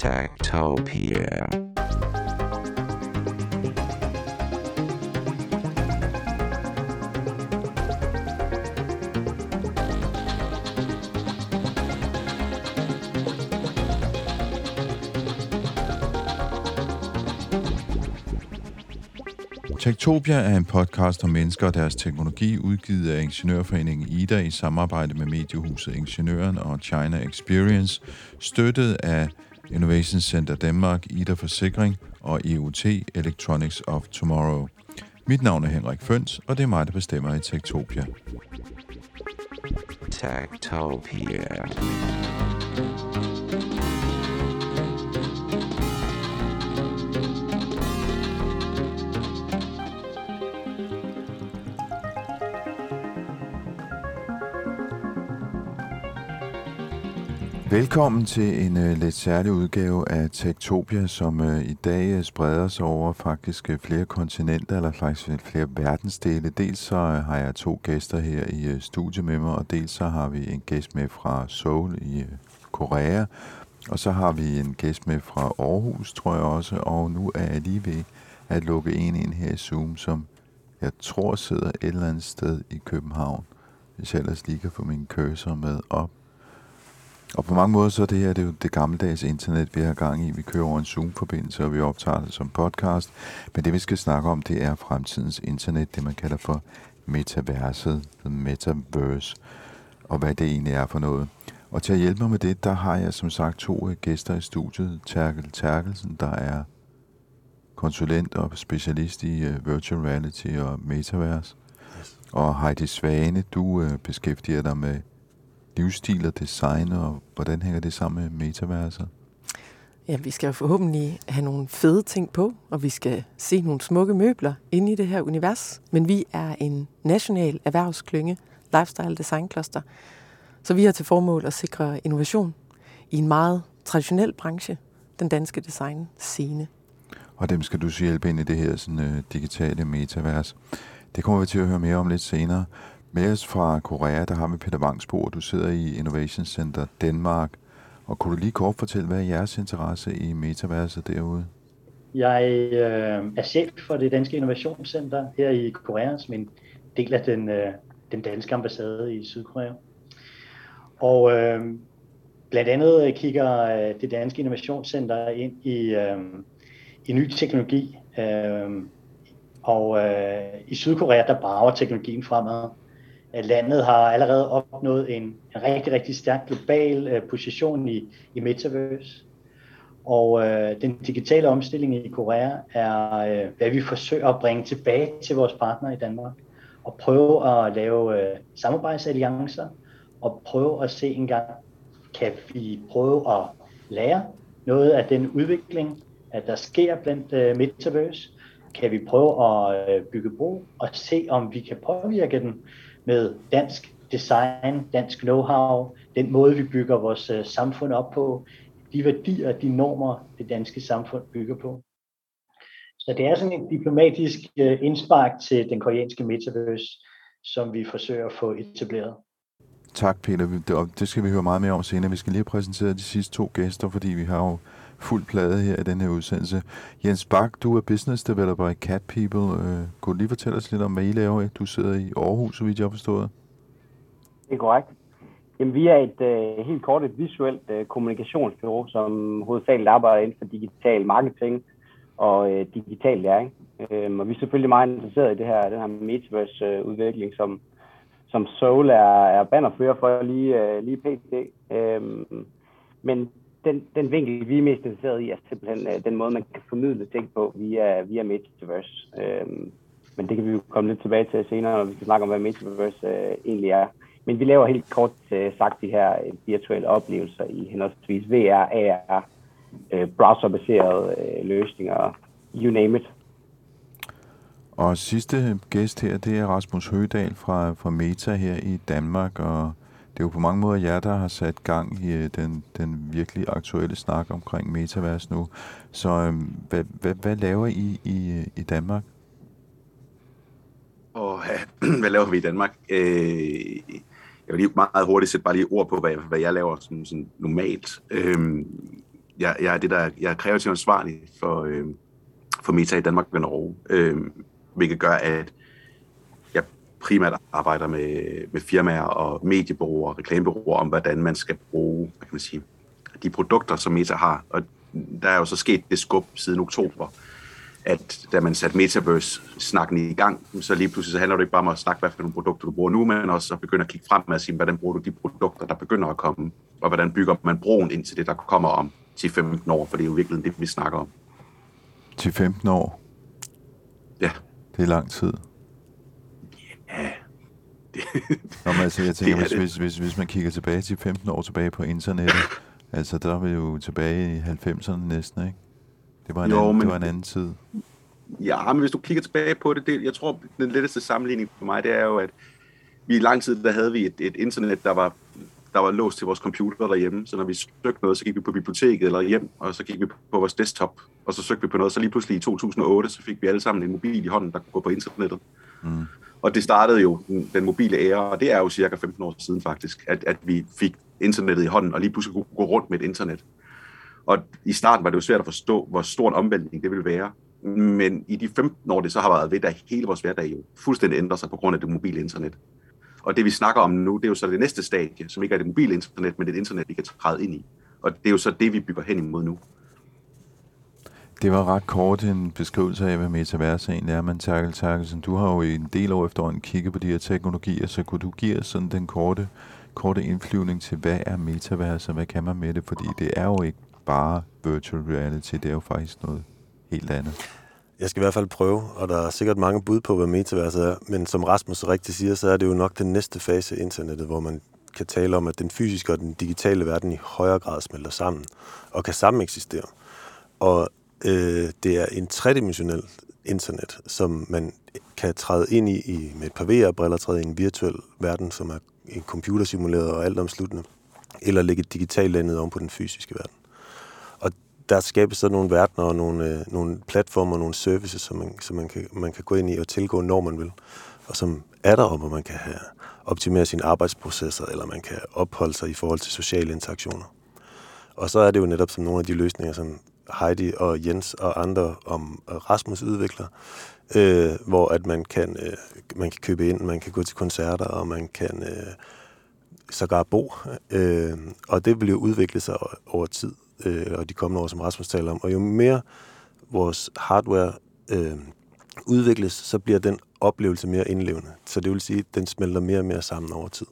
Techtopia. Techtopia er en podcast om mennesker og deres teknologi, udgivet af Ingeniørforeningen IDA i samarbejde med mediehuset Ingeniøren og China Experience, støttet af Innovation Center Denmark, IDA Forsikring og EUT Electronics of Tomorrow. Mit navn er Henrik Føns, og det er mig, der bestemmer i Techtopia. Techtopia. Velkommen til en lidt særlig udgave af Techtopia, som i dag spreder sig over faktisk flere kontinenter, eller faktisk flere verdensdele. Dels så har jeg to gæster her i studiet med mig, og dels så har vi en gæst med fra Seoul i Korea, og så har vi en gæst med fra Aarhus, tror jeg også, og nu er jeg lige ved at lukke en ind her i Zoom, som jeg tror sidder et eller andet sted i København, hvis jeg ellers lige kan få min cursor med op. Og på mange måder så er det her det er jo det gammeldags internet, vi har gang i. Vi kører over en Zoom-forbindelse, og vi optager det som podcast. Men det, vi skal snakke om, det er fremtidens internet, det man kalder for metaverset, the metaverse, og hvad det egentlig er for noget. Og til at hjælpe mig med det, der har jeg som sagt to gæster i studiet. Terkel Terkelsen, der er konsulent og specialist i virtual reality og metaverse. Yes. Og Heidi Svane, du beskæftiger dig med livsstil og design, og hvordan hænger det sammen med metaverset? Ja, vi skal jo forhåbentlig have nogle fede ting på, og vi skal se nogle smukke møbler inde i det her univers. Men vi er en national erhvervsklynge, lifestyle design cluster, så vi har til formål at sikre innovation i en meget traditionel branche, den danske design-scene. Og dem skal du så hjælpe ind i det her sådan, digitale metavers. Det kommer vi til at høre mere om lidt senere. Med os fra Korea, der har vi Peter Vangsbo, og du sidder i Innovation Center Denmark. Og kunne du lige kort fortælle, hvad er jeres interesse i metaverset derude? Jeg er chef for det danske Innovationscenter her i Korea, som en del af den danske ambassade i Sydkorea. Og blandt andet kigger det danske Innovationscenter ind i ny teknologi. Og i Sydkorea, der brager teknologien fremad. Landet har allerede opnået en rigtig, rigtig stærk global position i metaverse. Og den digitale omstilling i Korea er, hvad vi forsøger at bringe tilbage til vores partnere i Danmark. Og prøve at lave samarbejdsalliancer, og prøve at se engang, kan vi prøve at lære noget af den udvikling, at der sker blandt metaverse. Kan vi prøve at bygge bro og se, om vi kan påvirke den med dansk design, dansk know-how, den måde, vi bygger vores samfund op på, de værdier, de normer, det danske samfund bygger på. Så det er sådan en diplomatisk indspark til den koreanske metaverse, som vi forsøger at få etableret. Tak, Peter. Det skal vi høre meget mere om senere. Vi skal lige præsentere de sidste to gæster, fordi vi har jo fuld plade her i den her udsendelse. Jens Bak, du er business developer i Cat People. Kunne du lige fortælle os lidt om, hvad I laver? Du sidder i Aarhus, så vidt jeg har forstået. Det er korrekt. Jamen, vi er helt kort et visuelt kommunikationsbureau, som hovedsageligt arbejder inden for digital marketing og digital læring. Og vi er selvfølgelig meget interesseret i den her metaverse-udvikling, som Seoul er bannerfører for lige pt. Men den vinkel, vi er mest interesseret i, er simpelthen den måde, man kan formidle ting på via metaverse. Men det kan vi jo komme lidt tilbage til senere, når vi skal snakke om, hvad metaverse egentlig er. Men vi laver helt kort sagt de her virtuelle oplevelser i henholdsvis VR, AR, browserbaserede løsninger, you name it. Og sidste gæst her, det er Rasmus Høgdahl fra Meta her i Danmark, og det er jo på mange måder jer, der har sat gang i den virkelig aktuelle snak omkring metavers nu. Så hvad laver I i Danmark? Hvad laver vi i Danmark? Jeg vil lige meget hurtigt sætte bare lige ord på, hvad jeg laver sådan normalt. jeg er kreativt ansvarlig for Meta i Danmark og Norge, hvilket gør, at jeg primært arbejder med firmaer og mediebureauer og reklamebureauer om, hvordan man skal bruge, hvad kan man sige, de produkter, som Meta har. Og der er jo så sket det skub siden oktober, at da man satte Metaverse-snakken i gang, så lige pludselig så handler det ikke bare om at snakke, hvad for nogle produkter du bruger nu, men også at begynde at kigge frem med at sige, hvordan bruger du de produkter, der begynder at komme, og hvordan bygger man broen ind til det, der kommer om 10-15 år, for det er jo virkelig det, vi snakker om. 10-15 år? Ja. Det er lang tid. Ja. Nå, men altså, jeg tænker, hvis man kigger tilbage til 15 år tilbage på internettet, altså der er vi jo tilbage i 90'erne næsten, ikke? Det var en anden tid. Ja, men hvis du kigger tilbage på det, jeg tror, den letteste sammenligning for mig, det er jo, at vi i lang tid, der havde vi et internet, der var låst til vores computer derhjemme, så når vi søgte noget, så gik vi på biblioteket eller hjem, og så gik vi på vores desktop, og så søgte vi på noget, så lige pludselig i 2008, så fik vi alle sammen en mobil i hånden, der kunne gå på internettet. Mm. Og det startede jo den mobile æra, og det er jo cirka 15 år siden faktisk, at vi fik internettet i hånden, og lige pludselig kunne gå rundt med et internet. Og i starten var det jo svært at forstå, hvor stor en omvæltning det ville være. Men i de 15 år, det så har været ved, at hele vores hverdag jo fuldstændig ændrer sig på grund af det mobile internet. Og det vi snakker om nu, det er jo så det næste stadie, som ikke er det mobile internet, men det internet, vi kan træde ind i. Og det er jo så det, vi bygger hen imod nu. Det var ret kort en beskrivelse af, hvad metaverse egentlig er, men Terkelsen, du har jo i en del år efterhånden kigget på de her teknologier, så kunne du give os sådan den korte indflyvning til, hvad er metaverse, og hvad kan man med det? Fordi det er jo ikke bare virtual reality, det er jo faktisk noget helt andet. Jeg skal i hvert fald prøve, og der er sikkert mange bud på, hvad metaverse er, men som Rasmus så rigtigt siger, så er det jo nok den næste fase af internettet, hvor man kan tale om, at den fysiske og den digitale verden i højere grad smelter sammen og kan sameksistere. Og det er en tredimensionel internet, som man kan træde ind i med et par VR-briller, træde i en virtuel verden, som er en computersimuleret og alt omsluttende, eller lægge et digitalt lag ned oven på den fysiske verden. Og der skabes så nogle verdener og nogle platformer og nogle services, som man kan gå ind i og tilgå, når man vil, og som er der om, hvor man kan optimere sine arbejdsprocesser, eller man kan opholde sig i forhold til sociale interaktioner. Og så er det jo netop som nogle af de løsninger, som Heidi og Jens og andre om Rasmus udvikler, hvor at man kan købe ind, man kan gå til koncerter, og man kan sågar bo. Og det vil jo udvikle sig over tid, og de kommende år, som Rasmus taler om. Og jo mere vores hardware udvikles, så bliver den oplevelse mere indlevende. Så det vil sige, at den smelter mere og mere sammen over tid.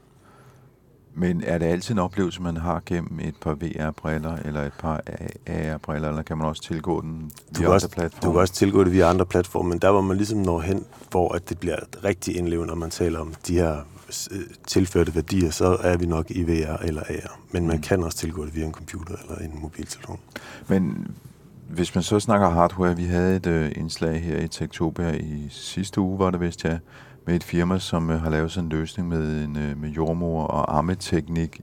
Men er det altid en oplevelse, man har gennem et par VR-briller eller et par AR-briller, eller kan man også tilgå den via andre platforme? Du kan også tilgå det via andre platforme, men der hvor man ligesom når hen, hvor at det bliver rigtig indlevende, når man taler om de her tilførte værdier, så er vi nok i VR eller AR. Men man kan også tilgå det via en computer eller en mobiltelefon. Men hvis man så snakker hardware, vi havde et indslag her i Techtopia i sidste uge, var det vist, ja, med et firma, som har lavet sådan en løsning med jordmor og armeteknik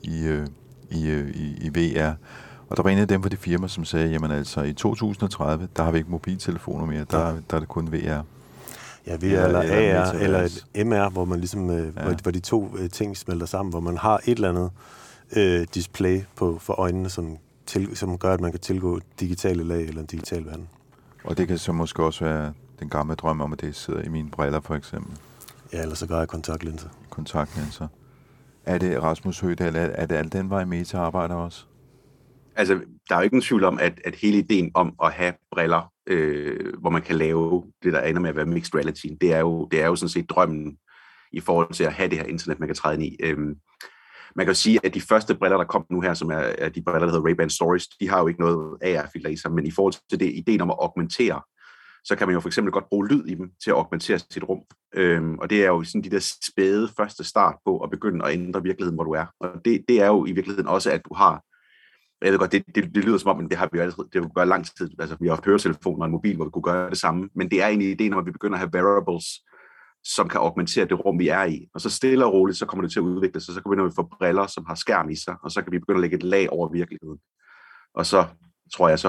i VR. Og der var en af dem fra det firma, som sagde, jamen altså i 2030, der har vi ikke mobiltelefoner mere, der er det kun VR. Ja, VR eller AR eller et MR, hvor man ligesom, hvor de to ting smelter sammen, hvor man har et eller andet display for øjnene, som gør, at man kan tilgå digitale lag eller en digital verden. Og det kan så måske også være den gamle drøm om, at det sidder i mine briller for eksempel. Ja, eller så gør jeg kontaktlinser. Kontaktlinser. Er det Rasmus Høgdahl, er det alt den vej Meta arbejder også? Altså, der er jo ikke nogen tvivl om, at hele ideen om at have briller, hvor man kan lave det, der ender med at være mixed reality, det er jo sådan set drømmen i forhold til at have det her internet, man kan træde ind i. Man kan jo sige, at de første briller, der kom nu her, som er de briller, der hedder Ray-Ban Stories, de har jo ikke noget AR-filter i sig, men i forhold til det, ideen om at augmentere, så kan man jo for eksempel godt bruge lyd i dem til at augmentere sit rum. Og det er jo sådan de der spæde første start på at begynde at ændre virkeligheden, hvor du er. Og det er jo i virkeligheden også, at du har, jeg ved godt, det lyder som om, men det har vi jo altid, det vil gøre lang tid, altså vi har haft høretelefoner og en mobil, hvor vi kunne gøre det samme, men det er egentlig ideen om, at vi begynder at have wearables, som kan augmentere det rum, vi er i. Og så stille og roligt, så kommer det til at udvikle sig, så begynder vi at få briller, som har skærm i sig, og så kan vi begynde at lægge et lag over virkeligheden. Og så tror jeg,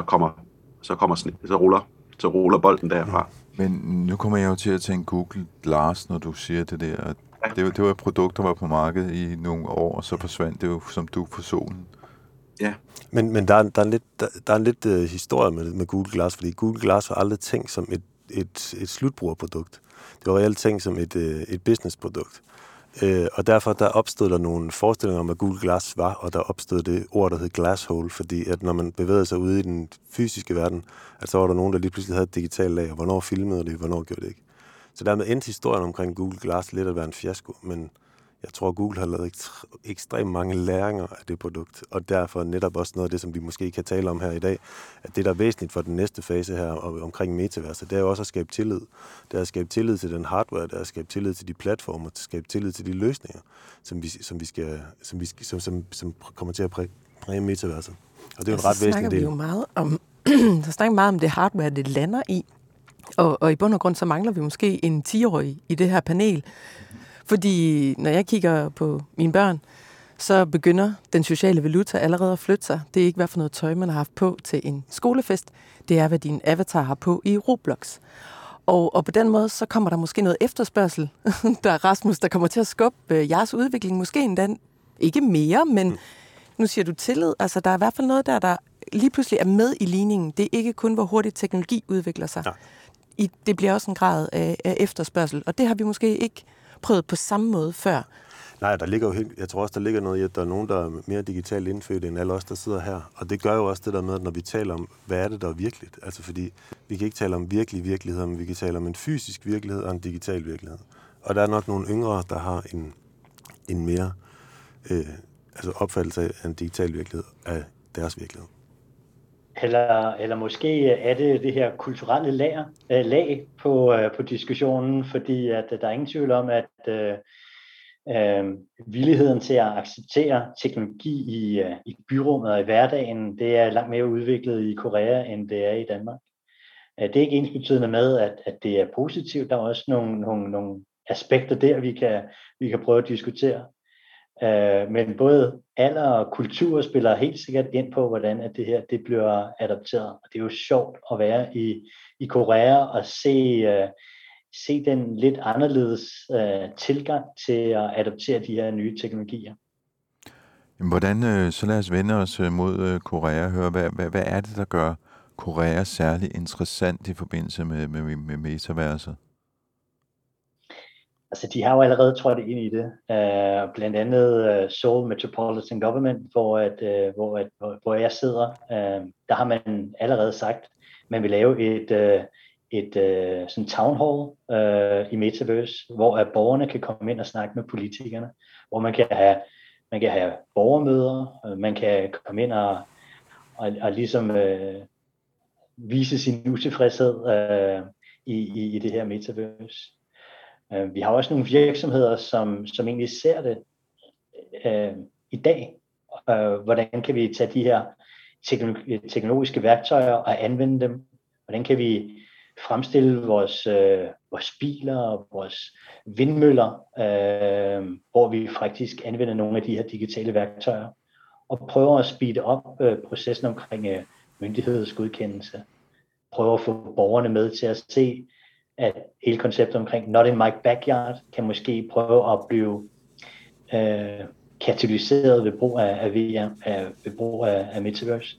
så ruller bolden derfra. Men nu kommer jeg jo til at tænke Google Glass, når du siger det der. Det var et produkt, der var på markedet i nogle år, og så forsvandt det jo som dug for solen. Ja. Men der er en lidt historie med Google Glass, fordi Google Glass var aldrig tænkt som et slutbrugerprodukt. Det var reelt tænkt som et businessprodukt. Og derfor der opstod der nogle forestillinger om, hvad Google Glass var, og der opstod det ord, der hed glasshole, fordi at når man bevægede sig ude i den fysiske verden, at så var der nogen, der lige pludselig havde et digitalt lag, og hvornår filmede det, hvornår gjorde det ikke. Så dermed endte historien omkring Google Glass lidt at være en fiasko, men jeg tror, Google har lavet ekstremt mange læringer af det produkt, og derfor netop også noget af det, som vi måske kan tale om her i dag, at det, der er væsentligt for den næste fase her omkring metaverset, det er jo også at skabe tillid. Det er at skabe tillid til den hardware, det er at skabe tillid til de platformer, at skabe tillid til de løsninger, som kommer til at præge metaverset. Og det er jo en ret væsentlig del. Der snakker meget om det hardware, det lander i, og i bund og grund, så mangler vi måske en 10-årig i det her panel. Fordi når jeg kigger på mine børn, så begynder den sociale valuta allerede at flytte sig. Det er ikke, hvad for noget tøj, man har haft på til en skolefest. Det er, hvad din avatar har på i Roblox. Og på den måde, så kommer der måske noget efterspørgsel. Der er Rasmus, der kommer til at skubbe jeres udvikling. Måske endda ikke mere, men nu siger du tillid. Altså, der er i hvert fald noget der lige pludselig er med i ligningen. Det er ikke kun, hvor hurtigt teknologi udvikler sig. Ja. Det bliver også en grad af efterspørgsel. Og det har vi måske ikke prøvet på samme måde før. Nej, jeg tror også, der ligger noget i, at der er nogen, der er mere digitalt indfødt end alle os, der sidder her. Og det gør jo også det der med, at når vi taler om, hvad er det, der er virkeligt? Altså fordi, vi kan ikke tale om virkelig virkelighed, men vi kan tale om en fysisk virkelighed og en digital virkelighed. Og der er nok nogle yngre, der har en mere opfattelse af en digital virkelighed af deres virkelighed. Eller måske er det her kulturelle lag på diskussionen, fordi at der er ingen tvivl om, at villigheden til at acceptere teknologi i byrummet og i hverdagen, det er langt mere udviklet i Korea, end det er i Danmark. Det er ikke ensbetydende med, at det er positivt. Der er også nogle aspekter der, vi kan prøve at diskutere. Men både alder og kultur spiller helt sikkert ind på, hvordan at det her det bliver adopteret. Og det er jo sjovt at være i Korea og se den lidt anderledes tilgang til at adoptere de her nye teknologier. Hvordan, så lad os vende os mod Korea og høre, hvad er det, der gør Korea særlig interessant i forbindelse med metaverset? Altså, de har jo allerede trådt ind i det. Blandt andet Seoul Metropolitan Government, hvor jeg sidder. Der har man allerede sagt, at man vil lave et sådan town hall i Metaverse, hvor borgerne kan komme ind og snakke med politikerne, hvor man kan have borgermøder, man kan komme ind og ligesom vise sin utilfredshed i det her Metaverse. Vi har også nogle virksomheder, som egentlig ser det i dag. Hvordan kan vi tage de her teknologiske værktøjer og anvende dem? Hvordan kan vi fremstille vores biler og vores vindmøller, hvor vi faktisk anvender nogle af de her digitale værktøjer, og prøver at speede op processen omkring myndighedsgodkendelse. Prøver at få borgerne med til at se, at hele konceptet omkring not in my backyard kan måske prøve at blive katalyseret ved brug af VR, ved brug af Metaverse.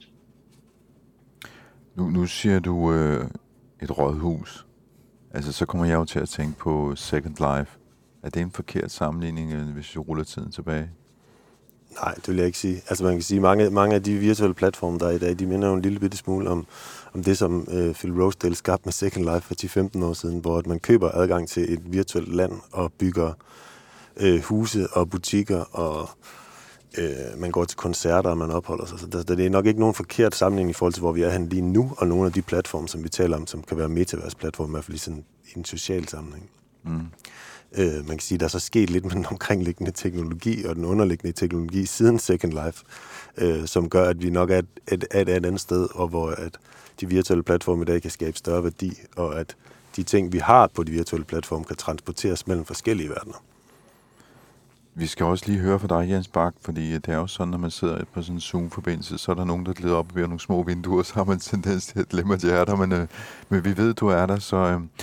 Nu siger du et rådhus. Altså, så kommer jeg jo til at tænke på Second Life. Er det en forkert sammenligning, hvis vi ruller tiden tilbage? Nej, det vil jeg ikke sige. Altså man kan sige, mange af de virtuelle platforme, der er i dag, de minder jo en lille bitte smule om det, som Phil Rosedale skabte med Second Life for 10-15 år siden, hvor man køber adgang til et virtuelt land og bygger huse og butikker, og man går til koncerter, og man opholder sig. Så det er nok ikke nogen forkert sammenligning i forhold til, hvor vi er hen lige nu, og nogle af de platforme, som vi taler om, som kan være metaverse-platforme, i hvert fald i en social sammenhæng. Man kan sige, at der er så sket lidt med den omkringliggende teknologi og den underliggende teknologi siden Second Life, som gør, at vi nok er et andet sted, og hvor at de virtuelle platforme i dag kan skabe større værdi, og at de ting, vi har på de virtuelle platforme, kan transporteres mellem forskellige verdener. Vi skal også lige høre fra dig, Jens Bak, fordi det er jo sådan, når man sidder på sådan en Zoom-forbindelse, så er der nogen, der glider op ved nogle små vinduer, så har man tendens til at glemme, at de er der, men vi ved, du er der, så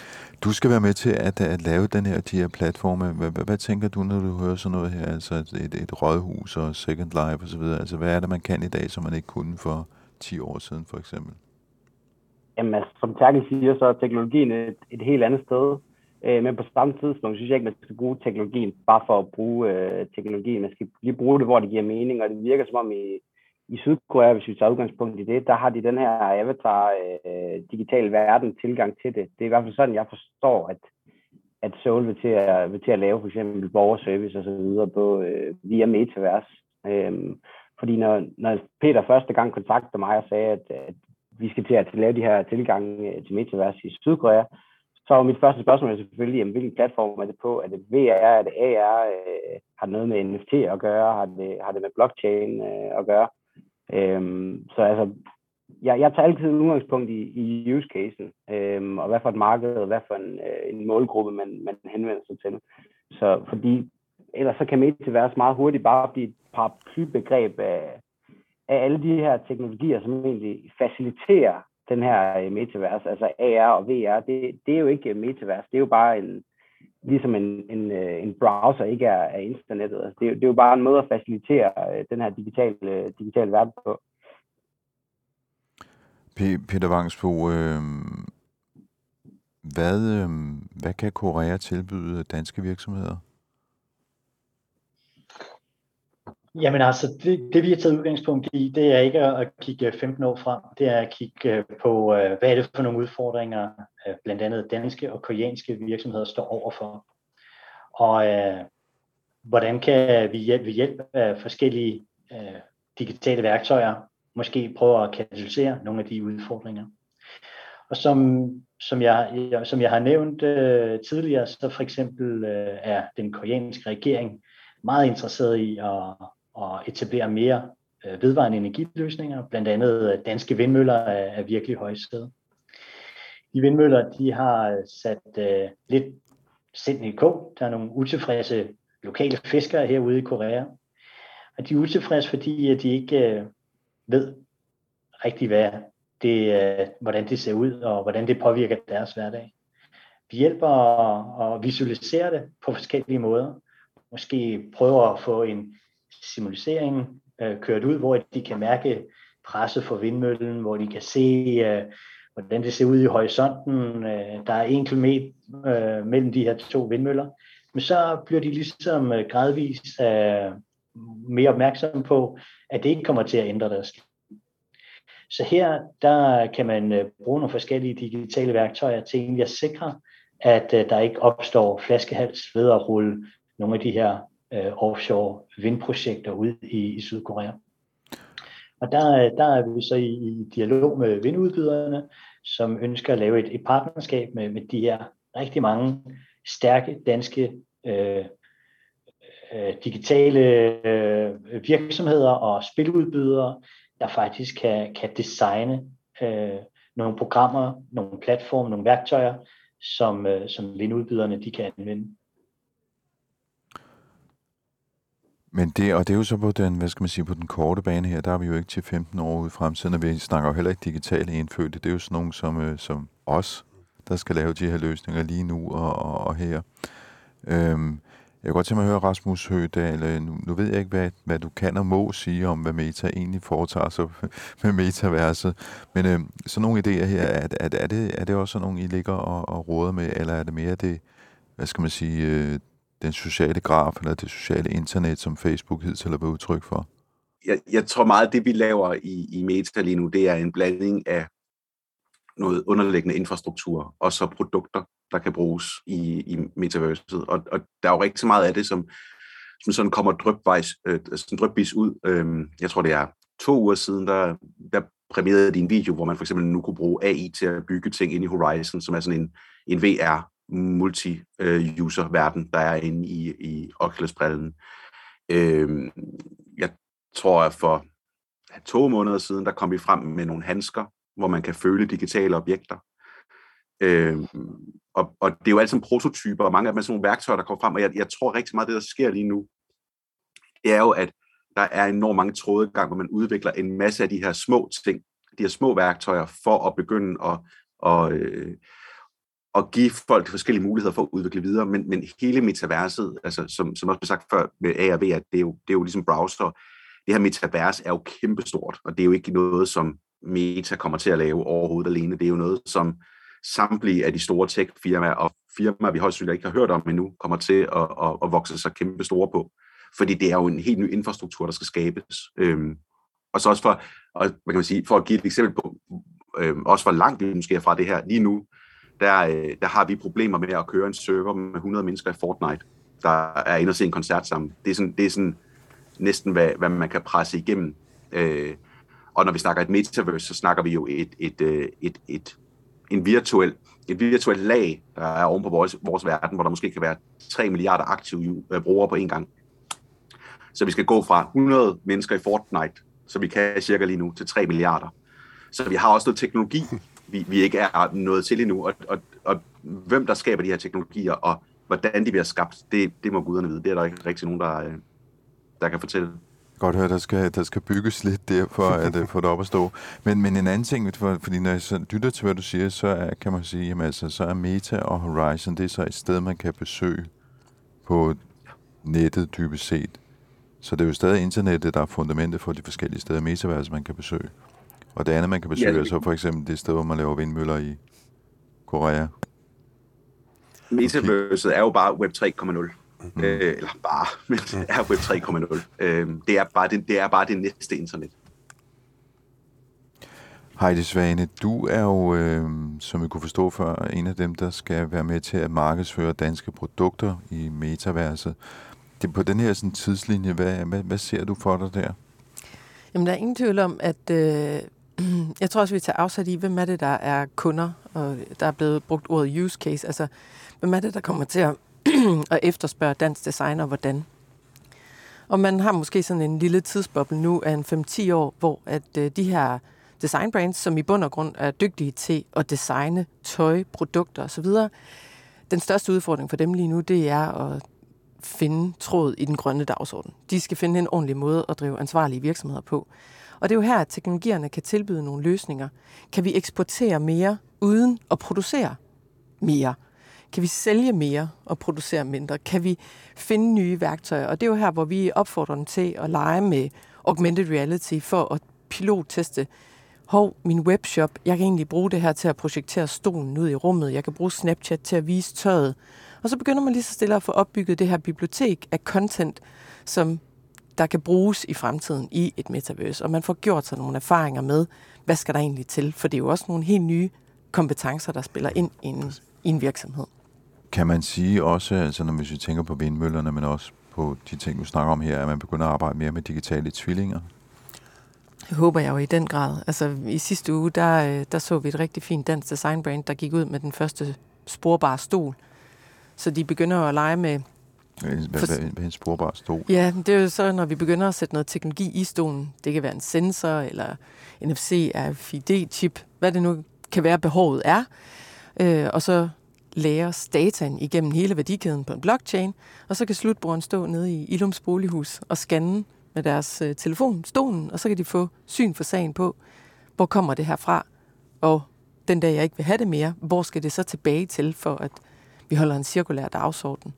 Du skal være med til at lave de her platforme. Hvad tænker du, når du hører sådan noget her? Altså et rådhus og Second Life osv. Altså hvad er det, man kan i dag, som man ikke kunne for 10 år siden for eksempel? Jamen, altså, som Terkel siger, så er teknologien et helt andet sted. Men på samme tidspunkt synes jeg ikke, man skal bruge teknologien bare for at bruge teknologien. Man skal lige bruge det, hvor det giver mening, og det virker som om i Sydkorea, hvis vi tager udgangspunkt i det, der har de den her avatar, digital verden, tilgang til det. Det er i hvert fald sådan, jeg forstår, at Seoul vil til at lave for eksempel borgerservice og så videre på via Metaverse. Fordi når Peter første gang kontaktede mig og sagde, at vi skal til at lave de her tilgange til Metaverse i Sydkorea, så var mit første spørgsmål selvfølgelig, jamen, hvilken platform er det på? Er det VR? Er det AR? Har det noget med NFT at gøre? Har det med blockchain at gøre? Så altså, jeg tager altid udgangspunkt i use casen, og hvad for et marked, og hvad for en målgruppe, man henvender sig til. Så fordi ellers så kan Metaverse meget hurtigt bare blive et paraplybegreb af alle de her teknologier, som egentlig faciliterer den her Metaverse, altså AR og VR. Det er jo ikke Metaverse, det er jo bare ligesom en browser ikke er internettet. Altså det er jo bare en måde at facilitere den her digitale verden på. Peter Vangsbo, hvad kan Korea tilbyde danske virksomheder? Jamen altså, det vi har taget udgangspunkt i, det er ikke at kigge 15 år frem, det er at kigge på, hvad er det for nogle udfordringer, blandt andet danske og koreanske virksomheder står overfor. Og hvordan kan vi ved hjælp af forskellige digitale værktøjer måske prøve at katalysere nogle af de udfordringer. Og som jeg har nævnt tidligere, så for eksempel er den koreanske regering meget interesseret i at etablere mere vedvarende energiløsninger. Blandt andet danske vindmøller er virkelig højsædet. De vindmøller, de har sat lidt sind i kog. Der er nogle utilfredse lokale fiskere herude i Korea. Og de er utilfredse, fordi de ikke ved rigtig, hvordan det ser ud, og hvordan det påvirker deres hverdag. Vi hjælper at visualisere det på forskellige måder. Måske prøve at få en simulering kørt ud, hvor de kan mærke presset for vindmøllen, hvor de kan se, hvordan det ser ud i horisonten. Der er 1 kilometer mellem de her 2 vindmøller. Men så bliver de ligesom gradvist mere opmærksomme på, at det ikke kommer til at ændre deres liv. Så her der kan man bruge nogle forskellige digitale værktøjer til egentlig at sikre, at der ikke opstår flaskehals ved at rulle nogle af de her offshore vindprojekter ud i Sydkorea. Og der er vi så i dialog med vindudbyderne, som ønsker at lave et partnerskab med de her rigtig mange stærke danske digitale virksomheder og spiludbydere, der faktisk kan designe nogle programmer, nogle platforme, nogle værktøjer, som vindudbyderne de kan anvende. Men det er jo så på den, på den korte bane her, der er vi jo ikke til 15 år ude i fremtiden, og vi snakker jo heller ikke digitale indfødte. Det er jo sådan nogen som os, der skal lave de her løsninger lige nu og her. Jeg kan godt tænke mig at høre Rasmus Høgdahl. Nu ved jeg ikke, hvad du kan og må sige om, hvad Meta egentlig foretager sig med metaverset. Men sådan nogle idéer her, er det også nogle, I ligger og råder med, eller er det mere det, den sociale graf eller det sociale internet, som Facebook hidtil har været udtryk for? Jeg tror meget, at det vi laver i Meta lige nu, det er en blanding af noget underliggende infrastruktur og så produkter, der kan bruges i metaverset. Og der er jo rigtig meget af det, som sådan kommer drypvis ud. Jeg tror, det er 2 uger siden, der premierede de en video, hvor man for eksempel nu kunne bruge AI til at bygge ting ind i Horizon, som er sådan en VR multi-user-verden, der er inde i Oculus-brillen. Jeg tror, at for 2 måneder siden, der kom vi frem med nogle handsker, hvor man kan føle digitale objekter. Og det er jo altid prototyper, og mange af dem er sådan nogle værktøjer, der kommer frem, og jeg tror rigtig meget, det der sker lige nu, det er jo, at der er enormt mange tråde i gang, hvor man udvikler en masse af de her små ting, de her små værktøjer, for at begynde at give folk forskellige muligheder for at udvikle videre, men hele metaverset, altså som også blev sagt før med A og V, at det er jo ligesom browser. Det her metavers er jo kæmpestort, og det er jo ikke noget, som Meta kommer til at lave overhovedet alene. Det er jo noget, som samtlige af de store tech-firmaer og firmaer, vi højst sandsynligt ikke har hørt om endnu, kommer til at vokse sig kæmpe store på. Fordi det er jo en helt ny infrastruktur, der skal skabes. Og så også for at give et eksempel på, også hvor langt vi måske er fra det her. Lige nu, der har vi problemer med at køre en server med 100 mennesker i Fortnite, der er inde og se en koncert sammen. Det er sådan næsten, hvad man kan presse igennem. Og når vi snakker et metaverse, så snakker vi jo et virtuelt lag, der er oven på vores verden, hvor der måske kan være 3 milliarder aktive brugere på en gang. Så vi skal gå fra 100 mennesker i Fortnite, så vi kan cirka lige nu, til 3 milliarder. Så vi har også noget teknologi, vi ikke er nået til endnu, og hvem der skaber de her teknologier, og hvordan de bliver skabt, det må guderne vide. Det er der ikke rigtig nogen, der kan fortælle. Godt høre, der skal bygges lidt der for at få det op at stå. Men en anden ting, fordi når jeg så lytter til, hvad du siger, så kan man sige, jamen altså, så er Meta og Horizon, det er så et sted, man kan besøge på nettet dybest set. Så det er jo stadig internettet, der er fundamentet for de forskellige steder, metaverse, man kan besøge. Og det andet, man kan besøge, er så for eksempel det sted, hvor man laver vindmøller i Korea. Metaverset er jo bare Web 3.0. Eller bare, men det er Web 3.0. Det er bare det næste internet. Heidi Svane, du er jo, som vi kunne forstå før, en af dem, der skal være med til at markedsføre danske produkter i metaverset. Det på den her sådan, tidslinje, hvad ser du for dig der? Jamen, der er ingen tvivl om, at jeg tror også, vi tager afsat i, hvem er det, der er kunder, og der er blevet brugt ordet use case. Altså, hvem er det, der kommer til at efterspørge dansk design, og hvordan? Og man har måske sådan en lille tidsboble nu af en 5-10 år, hvor at de her designbrands, som i bund og grund er dygtige til at designe tøj, produkter osv., den største udfordring for dem lige nu, det er at finde tråd i den grønne dagsorden. De skal finde en ordentlig måde at drive ansvarlige virksomheder på. Og det er jo her, at teknologierne kan tilbyde nogle løsninger. Kan vi eksportere mere uden at producere mere? Kan vi sælge mere og producere mindre? Kan vi finde nye værktøjer? Og det er jo her, hvor vi opfordrer dem til at lege med augmented reality for at pilotteste. Min webshop, jeg kan egentlig bruge det her til at projektere stolen ud i rummet. Jeg kan bruge Snapchat til at vise tøjet. Og så begynder man lige så stille at få opbygget det her bibliotek af content, som der kan bruges i fremtiden i et metaverse. Og man får gjort sig nogle erfaringer med, hvad skal der egentlig til? For det er jo også nogle helt nye kompetencer, der spiller ind i en virksomhed. Kan man sige også, altså når vi tænker på vindmøllerne, men også på de ting, du snakker om her, at man begynder at arbejde mere med digitale tvillinger? Det håber jeg jo i den grad. Altså i sidste uge, der så vi et rigtig fint dansk designbrand, der gik ud med den første sporbare stol. Så de begynder at lege med... Hvad en sporbar stol? Ja, det er jo så, når vi begynder at sætte noget teknologi i stolen. Det kan være en sensor, eller NFC, RFID-chip, hvad det nu kan være, behovet er. Og så lagres dataen igennem hele værdikæden på en blockchain, og så kan slutbrugeren stå nede i Illums bolighus og scanne med deres telefon stolen, og så kan de få syn for sagen på, hvor kommer det her fra, og den dag jeg ikke vil have det mere, hvor skal det så tilbage til, for at vi holder en cirkulær dagsorden.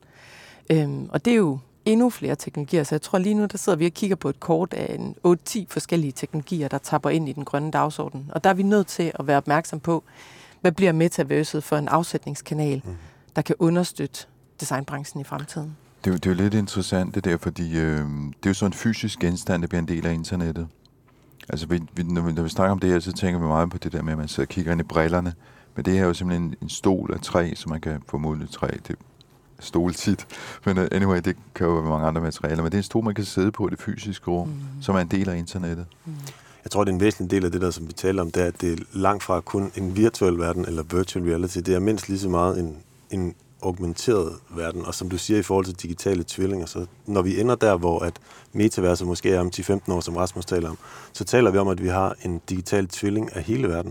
Og det er jo endnu flere teknologier, så jeg tror lige nu, der sidder vi og kigger på et kort af en 8-10 forskellige teknologier, der tapper ind i den grønne dagsorden. Og der er vi nødt til at være opmærksom på, hvad bliver metaverset for en afsætningskanal, der kan understøtte designbranchen i fremtiden. Det er jo lidt interessant det der, fordi det er jo sådan en fysisk genstand, der bliver en del af internettet. Altså når vi snakker om det her, så tænker vi meget på det der med, at man sidder og kigger ind i brillerne. Men det her er jo simpelthen en stol af træ, så man kan formodentlig træ. Det stol tit. Men anyway, det kan jo være mange andre materialer. Men det er en stol, man kan sidde på i det fysiske rum, som er en del af internettet. Jeg tror, det er en væsentlig del af det der, som vi taler om, det er, at det er langt fra kun en virtuel verden eller virtual reality. Det er mindst lige så meget en augmenteret verden. Og som du siger i forhold til digitale tvillinger, så når vi ender der, hvor at metaverset måske er om 10-15 år, som Rasmus taler om, så taler vi om, at vi har en digital tvilling af hele verden,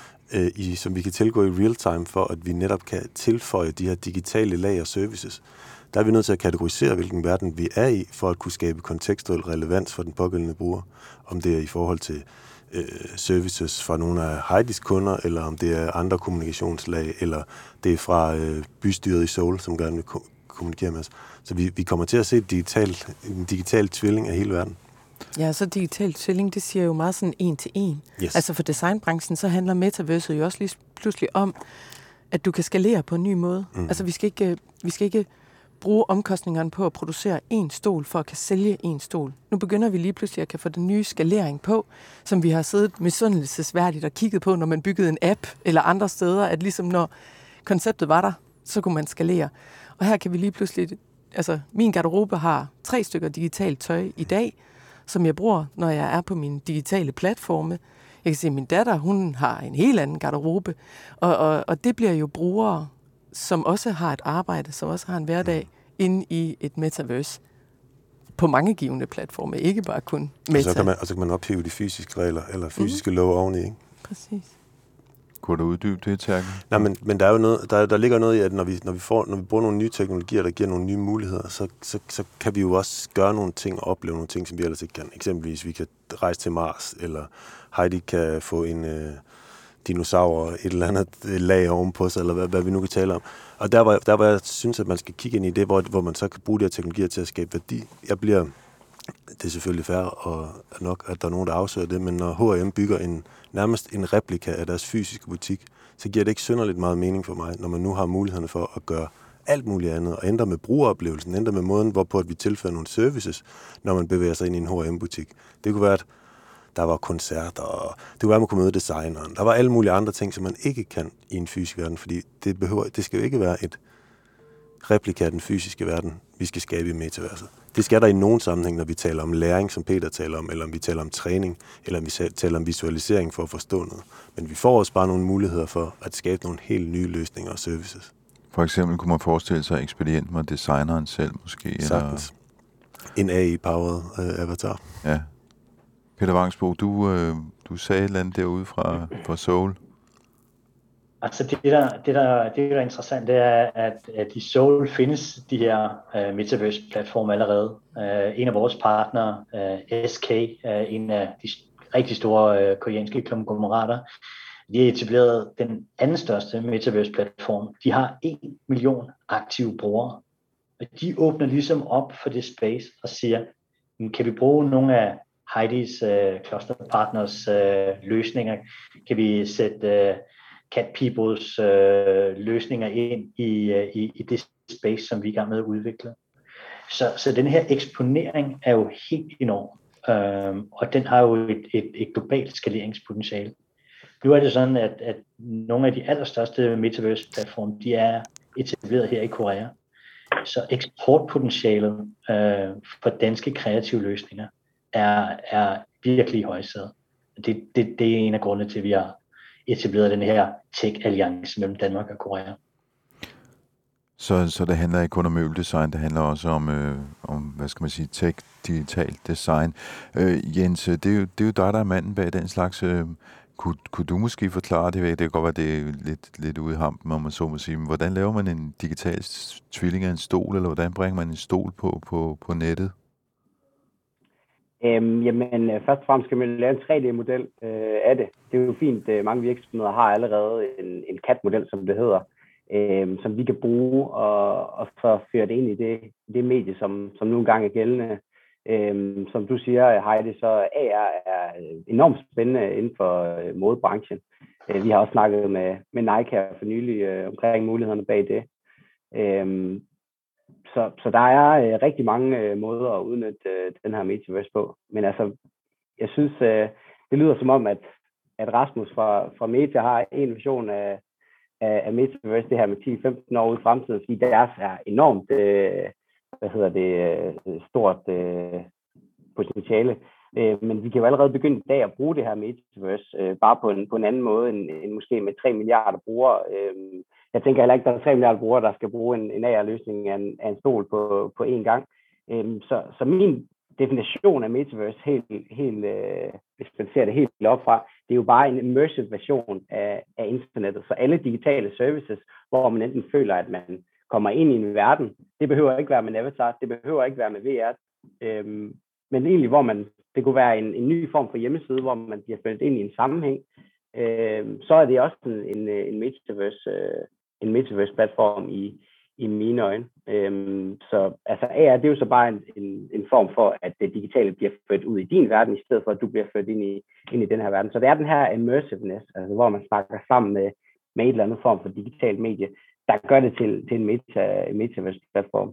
som vi kan tilgå i real time, for at vi netop kan tilføje de her digitale lag og services. Der er vi nødt til at kategorisere, hvilken verden vi er i, for at kunne skabe kontekstuel relevans for den pågældende bruger. Om det er i forhold til services fra nogle af Heidis kunder, eller om det er andre kommunikationslag, eller det er fra bystyret i Seoul, som gerne vil kommunikere med os. Så vi kommer til at se en digital tvilling af hele verden. Ja, så digital tvilling, det siger jo meget sådan en til en. Yes. Altså for designbranchen, så handler metaverset jo også lige pludselig om, at du kan skalere på en ny måde. Altså vi skal ikke bruge omkostningerne på at producere en stol, for at kan sælge en stol. Nu begynder vi lige pludselig at kan få den nye skalering på, som vi har siddet misundelsesværdigt og kigget på, når man byggede en app eller andre steder, at ligesom når konceptet var der, så kunne man skalere. Og her kan vi lige pludselig, altså min garderobe har 3 stykker digitalt tøj i dag, som jeg bruger, når jeg er på mine digitale platforme. Jeg kan se, at min datter, hun har en helt anden garderobe, og det bliver jo brugere, som også har et arbejde, som også har en hverdag inde i et metaverse på mange givende platforme, ikke bare kun meta. Og så kan man ophæve de fysiske regler, eller fysiske love oveni, ikke? Præcis. Kunne du uddybe det, Terke? Nej, men der er jo noget, der ligger noget i, at når vi bruger nogle nye teknologier, der giver nogle nye muligheder, så kan vi jo også gøre nogle ting og opleve nogle ting, som vi ellers ikke kan. Eksempelvis, vi kan rejse til Mars, eller Heidi kan få en dinosaur, et eller andet lag ovenpå sig, eller hvad vi nu kan tale om. Og der hvor jeg synes, at man skal kigge ind i det, hvor man så kan bruge de her teknologier til at skabe værdi. Det er selvfølgelig fair og nok, at der er nogen, der afsøger det, men når H&M bygger nærmest en replika af deres fysiske butik, så giver det ikke synderligt meget mening for mig, når man nu har mulighederne for at gøre alt muligt andet, og ændre med brugeroplevelsen, ændre med måden, hvorpå at vi tilfører nogle services, når man bevæger sig ind i en H&M-butik. Det kunne være, at der var koncerter, og det kunne være, at man kunne møde designeren. Der var alle mulige andre ting, som man ikke kan i en fysisk verden, fordi det skal jo ikke være et replika af den fysiske verden, vi skal skabe i metaverset. Det skal der i nogen sammenhæng, når vi taler om læring, som Peter taler om, eller om vi taler om træning, eller om vi taler om visualisering for at forstå noget. Men vi får også bare nogle muligheder for at skabe nogle helt nye løsninger og services. For eksempel kunne man forestille sig ekspedienten med designeren selv måske? Sagtens. En AI-powered avatar. Ja. Peter Vangsbo, du sagde et eller andet derude fra Seoul. Altså det der er interessant, det er, at i Seoul findes de her metaverse-platforme allerede. En af vores partnere, SK, en af de rigtig store koreanske konglomerater, de har etableret den anden største metaverse-platform. De har 1 million aktive brugere. Og de åbner ligesom op for det space og siger, kan vi bruge nogle af Heidis cluster partners løsninger? Kan vi sætte Cat Peoples løsninger ind i det space, som vi er i gang med at udvikle? Så den her eksponering er jo helt enorm, og den har jo et globalt skaleringspotentiale. Nu er det sådan, at nogle af de allerstørste metaverse-platforme, de er etableret her i Korea. Så eksportpotentialet for danske kreative løsninger er virkelig i højsædet. Det er en af grundene til, at vi har etableret den her tech-alliance mellem Danmark og Korea. Så det handler ikke kun om møbeldesign, det handler også om hvad skal man sige, tech, digital design. Jens, det er jo dig, der er manden bag den slags. Kunne du måske forklare det? Det kan godt være, det er lidt ude i hampen, om man så må sige. Men hvordan laver man en digital tvilling af en stol, eller hvordan bringer man en stol på nettet? Jamen, først og fremmest skal man lave en 3D-model af det. Det er jo fint. Mange virksomheder har allerede en CAD-model, som det hedder, som vi kan bruge og så føre det ind i det medie, som nu engang er gældende. Som du siger, Heidi, så AR er enormt spændende inden for modebranchen. Vi har også snakket med Nike her for nylig omkring mulighederne bag det. Så der er rigtig mange måder at udnytte den her metaverse på. Men altså, jeg synes, det lyder som om, at Rasmus fra Meta har en version af metaverse, det her med 10-15 år ude i fremtiden, fordi deres er enormt stort potentiale. Men vi kan jo allerede begynde i dag at bruge det her metaverse bare på en anden måde end måske med 3 milliarder brugere. Jeg tænker heller ikke, at der er 3 milliarder brugere, der skal bruge en AR-løsning af en stol på én gang. Så min definition af metaverse, hvis man ser det helt opfra, det er jo bare en immersive version af internettet. Så alle digitale services, hvor man enten føler, at man kommer ind i en verden, det behøver ikke være med avatar, det behøver ikke være med VR, men egentlig hvor man det kunne være en ny form for hjemmeside, hvor man bliver ført ind i en sammenhæng. Så er det også en metaverse-platform i mine øjne. Så altså AR, det er jo så bare en form for, at det digitale bliver ført ud i din verden, i stedet for, at du bliver ført ind i den her verden. Så det er den her immersiveness, altså hvor man snakker sammen med et eller andet form for digitalt medie, der gør det til en metaverse-platform.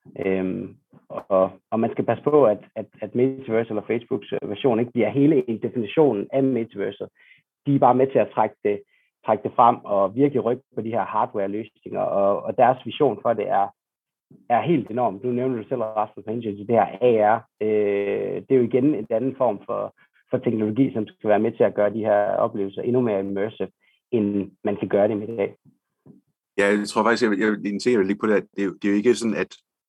Og man skal passe på, at Metaverse eller Facebooks version ikke bliver hele en definition af Metaverse. De er bare med til at trække det frem og virkelig rykke på de her hardware-løsninger, og deres vision for det er helt enormt. Du nævner det selv, Rasmus, med hensyn til det her AR. Det er jo igen en anden form for teknologi, som skal være med til at gøre de her oplevelser endnu mere immersive, end man kan gøre det med i dag. Ja, jeg tror faktisk, jeg vil lige på det, at det er jo ikke sådan,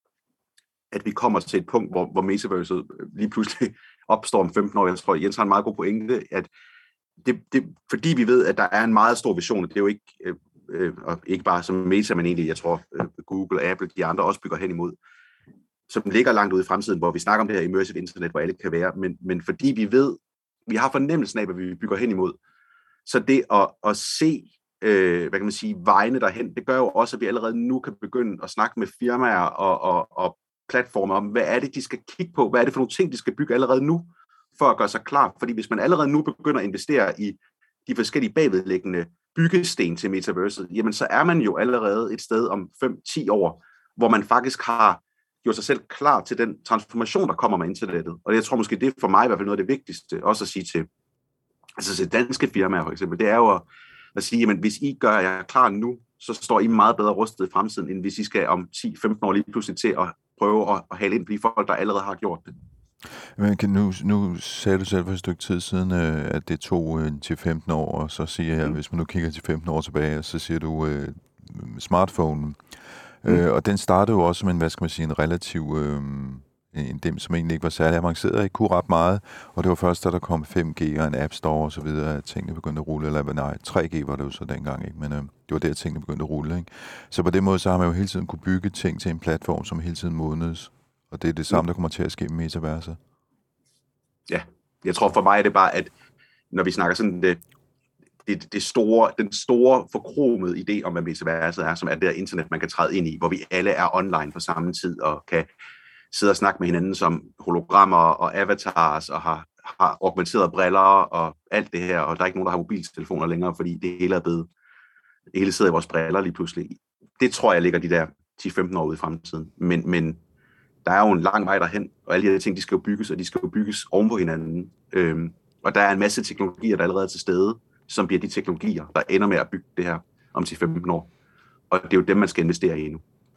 at vi kommer til et punkt, hvor metaverset lige pludselig opstår om 15 år. Jeg tror, Jens har en meget god pointe, at det, fordi vi ved, at der er en meget stor vision, og det er jo ikke bare som Meta, men egentlig, jeg tror, Google, Apple, de andre også bygger hen imod, som ligger langt ude i fremtiden, hvor vi snakker om det her immersive internet, hvor alle kan være, men fordi vi har fornemmelsen af, hvad vi bygger hen imod, så det at se, hvad kan man sige, vejene derhen, det gør jo også, at vi allerede nu kan begynde at snakke med firmaer og platformer om, hvad er det, de skal kigge på, hvad er det for nogle ting, de skal bygge allerede nu, for at gøre sig klar. Fordi hvis man allerede nu begynder at investere i de forskellige bagvedliggende byggesten til metaverset, jamen så er man jo allerede et sted om 5-10 år, hvor man faktisk har gjort sig selv klar til den transformation, der kommer med internettet. Og jeg tror måske, det er for mig i hvert fald noget af det vigtigste, også at sige til danske firmaer for eksempel, det er jo at sige, jamen hvis I gør jer klar nu, så står I meget bedre rustet i fremtiden, end hvis I skal om 10-15 år lige pludselig til at prøve at hale ind på de folk, der allerede har gjort det. Men nu sagde du selv for et stykke tid siden, at det tog til 15 år, og så siger jeg, hvis man nu kigger til 15 år tilbage, så siger du smartphone. Og den startede jo også med en relativ en dem, som egentlig ikke var særlig avanceret, ikke kunne ret meget, og det var først, da der kom 5G og en App Store og så videre, at tingene begyndte at rulle, eller nej, 3G var det jo så dengang, ikke? Men det var der, tingene begyndte at rulle, ikke? Så på den måde, så har man jo hele tiden kunne bygge ting til en platform, som hele tiden modnes, og det er det samme, der kommer til at ske med metaverset. Ja, jeg tror for mig er det bare, at når vi snakker sådan den store forkromede idé om, hvad metaverset er, som er det der internet, man kan træde ind i, hvor vi alle er online på samme tid, og kan sidde og snakke med hinanden som hologrammer og avatars, og har augmenterede briller og alt det her, og der er ikke nogen, der har mobiltelefoner længere, fordi det hele sidder i vores briller lige pludselig. Det tror jeg ligger de der 10-15 år ude i fremtiden. Men der er jo en lang vej derhen, og alle de her ting, de skal jo bygges, og de skal jo bygges oven på hinanden. Og der er en masse teknologier, der allerede er til stede, som bliver de teknologier, der ender med at bygge det her om 10-15 år. Og det er jo dem, man skal investere i nu.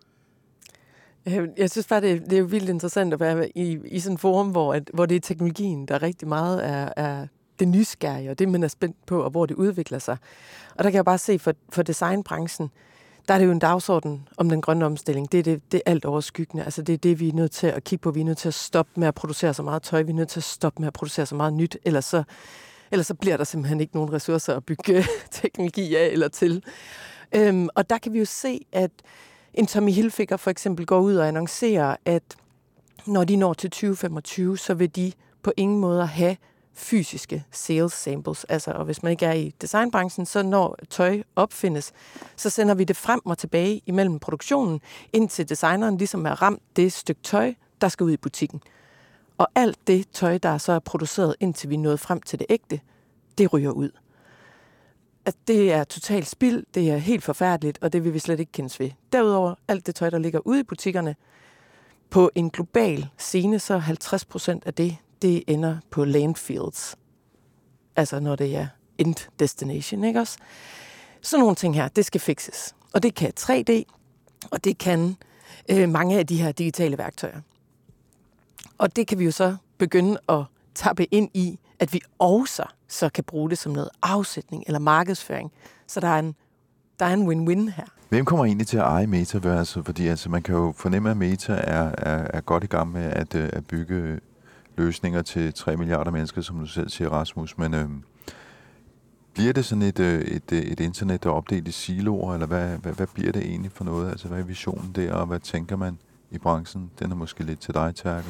Jeg synes bare, det er jo vildt interessant at være i sådan et forum, hvor det er teknologien, der rigtig meget er det nysgerrige, og det, man er spændt på, og hvor det udvikler sig. Og der kan jeg bare se, for designbranchen, der er det jo en dagsorden om den grønne omstilling. Det er alt overskyggende. Altså det er det, vi er nødt til at kigge på. Vi er nødt til at stoppe med at producere så meget tøj. Vi er nødt til at stoppe med at producere så meget nyt. Ellers så bliver der simpelthen ikke nogen ressourcer at bygge teknologi af eller til. Og der kan vi jo se, at en Tommy Hilfiger for eksempel går ud og annoncerer, at når de når til 2025, så vil de på ingen måde have fysiske sales samples. Altså, og hvis man ikke er i designbranchen, så når tøj opfindes, så sender vi det frem og tilbage imellem produktionen, indtil designeren ligesom er ramt det stykke tøj, der skal ud i butikken. Og alt det tøj, der så er produceret, indtil vi nåede frem til det ægte, det ryger ud. At det er totalt spild, det er helt forfærdeligt, og det vil vi slet ikke kendes ved. Derudover, alt det tøj, der ligger ude i butikkerne, på en global scene, så 50% af det ender på landfills. Altså når det er end destination, ikke også? Sådan nogle ting her, det skal fikses. Og det kan 3D, og det kan mange af de her digitale værktøjer. Og det kan vi jo så begynde at tappe ind i, at vi også så kan bruge det som noget afsætning eller markedsføring. Så der er en win-win her. Hvem kommer egentlig til at eje metaverset? Fordi altså, man kan jo fornemme, at Meta er godt i gang med at bygge løsninger til 3 milliarder mennesker, som du selv siger, Rasmus. Men bliver det sådan et internet, der er opdelt i siloer, eller hvad bliver det egentlig for noget? Altså, hvad er visionen der, og hvad tænker man i branchen? Den er måske lidt til dig, Terkel.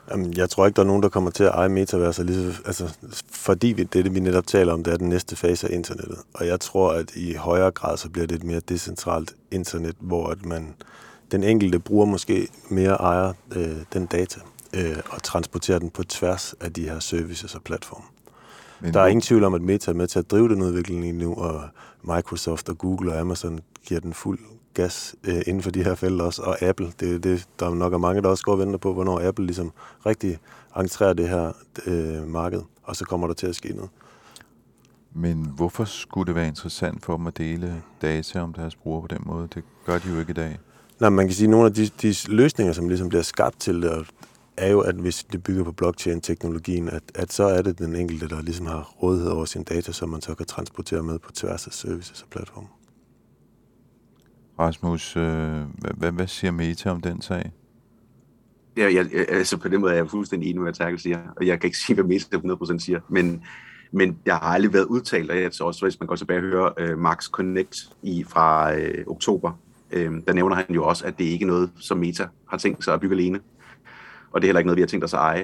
Jamen, jeg tror ikke, der er nogen, der kommer til at eje metaverser, fordi det vi netop taler om, det er den næste fase af internettet. Og jeg tror, at i højere grad, så bliver det et mere decentralt internet, hvor at den enkelte bruger måske mere ejer den data og transporterer den på tværs af de her services og platforme. Der er ingen tvivl om, at Meta er med til at drive den udvikling lige nu, og Microsoft og Google og Amazon giver den fuld gas inden for de her felter også, og Apple. Der er nok mange, der også går og venter på, hvornår Apple ligesom rigtig entrerer det her marked, og så kommer der til at ske noget. Men hvorfor skulle det være interessant for dem at dele data om deres brugere på den måde? Det gør de jo ikke i dag. Nej, man kan sige, at nogle af de løsninger, som ligesom bliver skabt til det, er jo, at hvis det bygger på blockchain-teknologien, at så er det den enkelte, der ligesom har rådighed over sin data, som man så kan transportere med på tværs af services og platforme. Rasmus, hvad siger Meta om den sag? Ja, altså på den måde er jeg fuldstændig enig med, hvad Terkel siger, og jeg kan ikke sige, hvad Meta 100% siger, men jeg har aldrig været udtalt, og jeg tror også, hvis man går tilbage og hører Max Connect fra oktober, der nævner han jo også, at det ikke er noget, som Meta har tænkt sig at bygge alene, og det er heller ikke noget, vi har tænkt os at eje.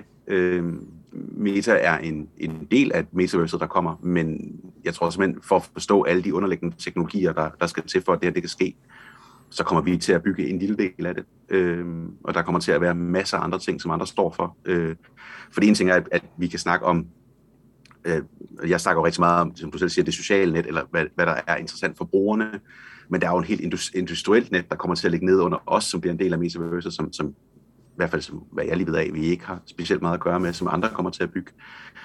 Meta er en del af metaverset, der kommer, men jeg tror simpelthen, for at forstå alle de underliggende teknologier, der skal til for, at det her det kan ske, så kommer vi til at bygge en lille del af det. Og der kommer til at være masser af andre ting, som andre står for. For det ene ting er, at vi kan snakke om, jeg snakker jo rigtig meget om, som du selv siger, det sociale net, eller hvad der er interessant for brugerne, men der er jo en helt industrielt net, der kommer til at ligge ned under os, som bliver en del af metaverset, som i hvert fald, hvad jeg lige ved af, vi ikke har specielt meget at gøre med, som andre kommer til at bygge.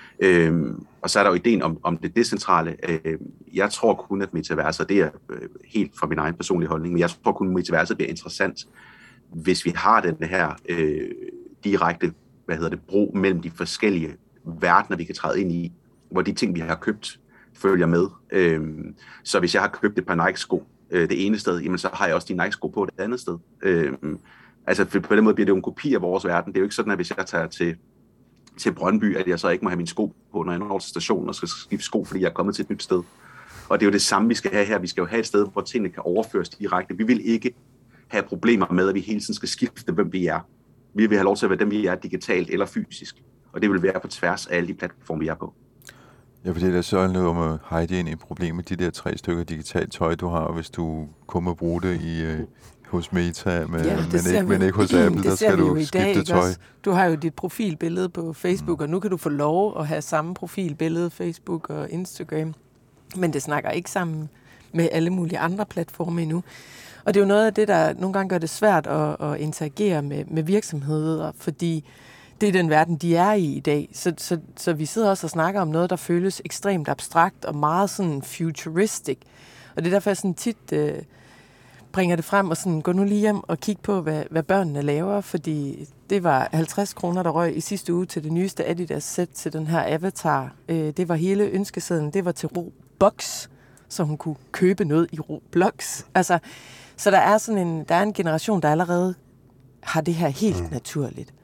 Og så er der jo ideen om det decentrale. Jeg tror kun, at metaverset, det er helt fra min egen personlige holdning, men jeg tror kun, at metaverset bliver interessant, hvis vi har den her direkte, bro mellem de forskellige verdener, vi kan træde ind i, hvor de ting, vi har købt, følger med. Så hvis jeg har købt et par Nike-sko det ene sted, jamen så har jeg også de Nike-sko på det andet sted. Altså på den måde bliver det jo en kopi af vores verden. Det er jo ikke sådan, at hvis jeg tager til Brøndby, at jeg så ikke må have mine sko på, når jeg når til stationen og skal skifte sko, fordi jeg er kommet til et nyt sted. Og det er jo det samme, vi skal have her. Vi skal jo have et sted, hvor tingene kan overføres direkte. Vi vil ikke have problemer med, at vi hele tiden skal skifte, hvem vi er. Vi vil have lov til at være dem, vi er digitalt eller fysisk. Og det vil være på tværs af alle de platforme, vi er på. Ja, fordi der så er noget om at hejde ind i et problem med de der 3 stykker digitalt tøj, du har, hvis du kun må bruge det hos Meta, men ikke hos Apple, der skal du skifte tøj. Du har jo dit profilbillede på Facebook, og nu kan du få lov at have samme profilbillede Facebook og Instagram, men det snakker ikke sammen med alle mulige andre platforme endnu. Og det er jo noget af det, der nogle gange gør det svært at interagere med virksomheder, fordi det er den verden, de er i dag. Så vi sidder også og snakker om noget, der føles ekstremt abstrakt og meget sådan futuristic. Og det er derfor, jeg sådan tit bringer det frem og sådan, gå nu lige hjem og kig på, hvad børnene laver, fordi det var 50 kroner, der røg i sidste uge til det nyeste Adidas-sæt til den her Avatar. Det var hele ønskesedlen, det var til Roblox, så hun kunne købe noget i Roblox. Altså, så der er en generation, der allerede har det her helt naturligt.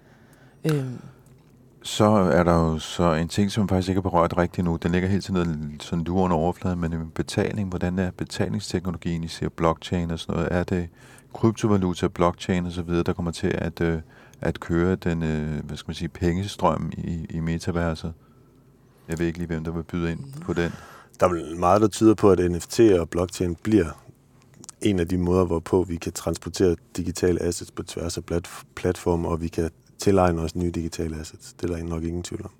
Så er der jo så en ting, som faktisk ikke er berørt rigtigt nu. Den ligger helt til noget sådan du under overfladen, men betaling. Hvordan er betalingsteknologien, I siger blockchain og sådan noget? Er det kryptovaluta, blockchain og så videre, der kommer til at køre den, pengestrøm i metaverset? Jeg ved ikke lige, hvem der vil byde ind på den. Der er meget, der tyder på, at NFT og blockchain bliver en af de måder, hvorpå vi kan transportere digitale assets på tværs af platformer, og vi kan tilegne os nye digitale assets. Det er der nok ingen tvivl om.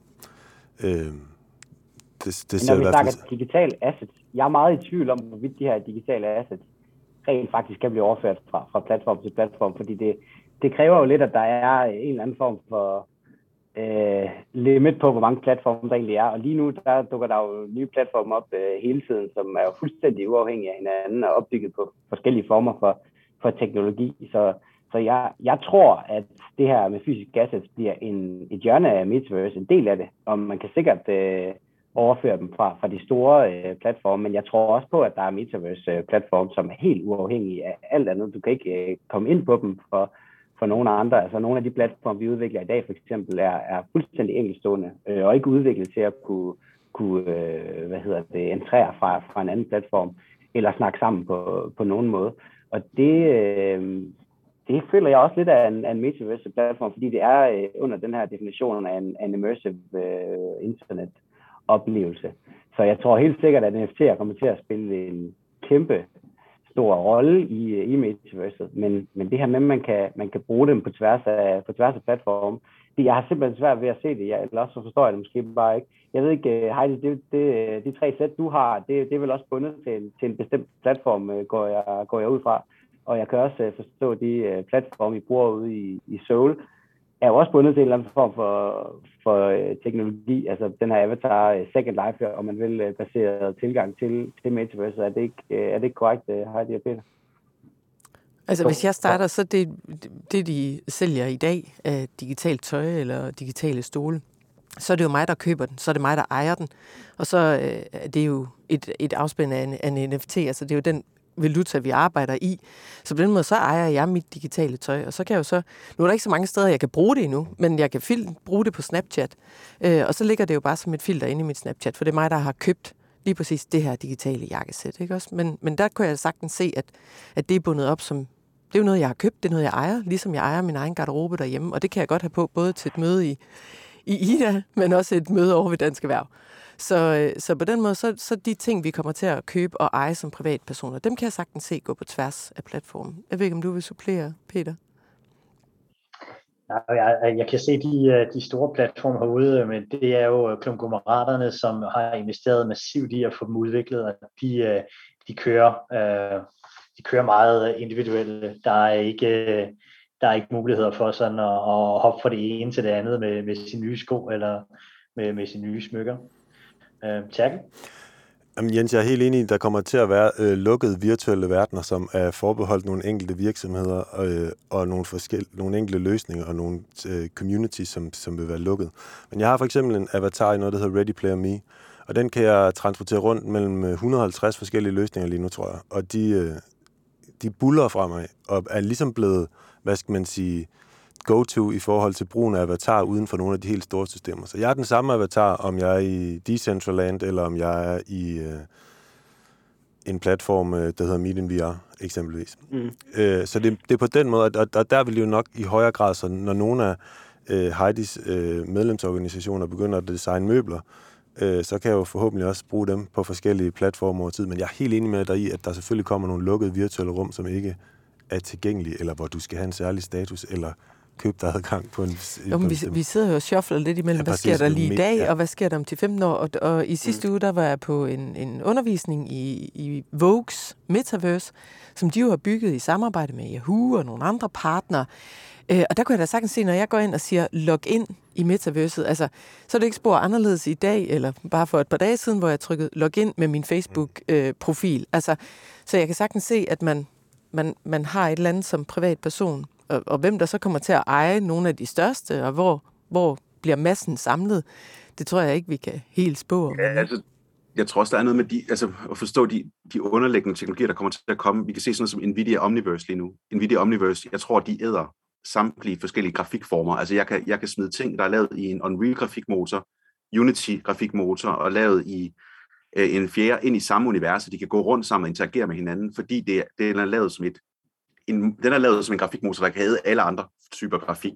Når vi snakker digitale assets, jeg er meget i tvivl om, hvorvidt de her digitale assets rent faktisk kan blive overført fra platform til platform, fordi det kræver jo lidt, at der er en eller anden form for limit på, hvor mange platforme der egentlig er. Og lige nu, der dukker der jo nye platforme op hele tiden, som er jo fuldstændig uafhængige af hinanden og opbygget på forskellige former for teknologi. Så jeg tror, at det her med fysiske assets bliver et hjørne af metaverse, en del af det, og man kan sikkert overføre dem fra de store platforme, men jeg tror også på, at der er metaverse-platforme, som er helt uafhængige af alt andet. Du kan ikke komme ind på dem for nogle andre. Altså nogle af de platforme, vi udvikler i dag, for eksempel, er fuldstændig enkeltstående, og ikke udviklet til at kunne entrere fra en anden platform, eller snakke sammen på nogen måde. Og det Det føler jeg også lidt af en metaverse-platform, fordi det er under den her definition af en immersive internet-oplevelse. Så jeg tror helt sikkert, at NFT'er kommer til at spille en kæmpe stor rolle i metaverset, men det her med, at man kan bruge dem på tværs af platformen, jeg har simpelthen svært ved at se det, eller også så forstår jeg det måske bare ikke. Jeg ved ikke, Heidi, de 3 sæt, du har, det er vel også bundet til en bestemt platform, går jeg ud fra. Og jeg kan også forstå, at de platforme, I bruger ude i Seoul, er jo også bundet til en eller anden form for teknologi, altså den her Avatar Second Life, og man vil baseret tilgang til metaverset. Er det ikke korrekt, Heidi og Peter? Altså hvis jeg starter, så det de sælger i dag af digitalt tøj eller digitale stole, så er det jo mig, der køber den, så er det mig, der ejer den, og så det er jo et afspænd af en NFT, altså det er jo den valuta, vi arbejder i. Så på den måde, så ejer jeg mit digitale tøj, og så kan jeg jo så, nu er der ikke så mange steder, jeg kan bruge det endnu, men jeg kan bruge det på Snapchat, og så ligger det jo bare som et filter inde i mit Snapchat, for det er mig, der har købt lige præcis det her digitale jakkesæt, ikke også? Men der kunne jeg sagtens se, at det er bundet op som, det er jo noget, jeg har købt, det er noget, jeg ejer, ligesom jeg ejer min egen garderobe derhjemme, og det kan jeg godt have på, både til et møde i Ida, men også et møde over ved Dansk Erhverv. Så på den måde, så de ting, vi kommer til at købe og eje som privatpersoner, dem kan jeg sagtens se gå på tværs af platformen. Jeg ved ikke, om du vil supplere, Peter? Jeg kan se de store platforme herude, men det er jo konglomeraterne, som har investeret massivt i at få dem udviklet, og de kører meget individuelle. Der er ikke muligheder for sådan at hoppe fra det ene til det andet med sine nye sko eller med sine nye smykker. Terkel? Jamen Jens, jeg er helt enig, der kommer til at være lukkede virtuelle verdener, som er forbeholdt nogle enkelte virksomheder og nogle enkelte løsninger og nogle communities, som vil være lukket. Men jeg har for eksempel en avatar i noget, der hedder Ready Player Me, og den kan jeg transportere rundt mellem 150 forskellige løsninger lige nu, tror jeg. Og de buller fra mig og er ligesom blevet, hvad skal man sige, go-to i forhold til brugen af avatar uden for nogle af de helt store systemer. Så jeg er den samme avatar, om jeg er i Decentraland, eller om jeg er i en platform, der hedder Meet in VR, eksempelvis. Så det er på den måde, og der vil det jo nok i højere grad, så når nogle af Heidis medlemsorganisationer begynder at designe møbler, så kan jeg jo forhåbentlig også bruge dem på forskellige platformer over tid. Men jeg er helt enig med dig i, at der selvfølgelig kommer nogle lukkede virtuelle rum, som ikke er tilgængelige, eller hvor du skal have en særlig status, eller købe dig adgang på en... Jo, men vi sidder jo og shuffler lidt imellem, hvad sker der lige i dag, og hvad sker der om til 15 år? Og i sidste uge, der var jeg på en undervisning i Vogues Metaverse, som de jo har bygget i samarbejde med Yahoo og nogle andre partnere. Og der kunne jeg da sagtens se, når jeg går ind og siger log ind i metaverset, altså, så er det ikke spor anderledes i dag, eller bare for et par dage siden, hvor jeg trykkede log ind med min Facebook-profil. Altså, så jeg kan sagtens se, at man har et eller andet som privatperson, og hvem der så kommer til at eje nogle af de største, og hvor bliver massen samlet, det tror jeg ikke, vi kan helt spå om. Ja, altså, jeg tror også, der er noget med at forstå de underliggende teknologier, der kommer til at komme. Vi kan se sådan noget som Nvidia Omniverse lige nu. Nvidia Omniverse, jeg tror, de æder samtlige forskellige grafikformer. Altså, jeg kan smide ting, der er lavet i en Unreal-grafikmotor, Unity-grafikmotor, og lavet i en fjerde ind i samme univers, de kan gå rundt sammen og interagere med hinanden, fordi den er lavet som den er lavet som en grafikmotor, der kan have alle andre typer grafik.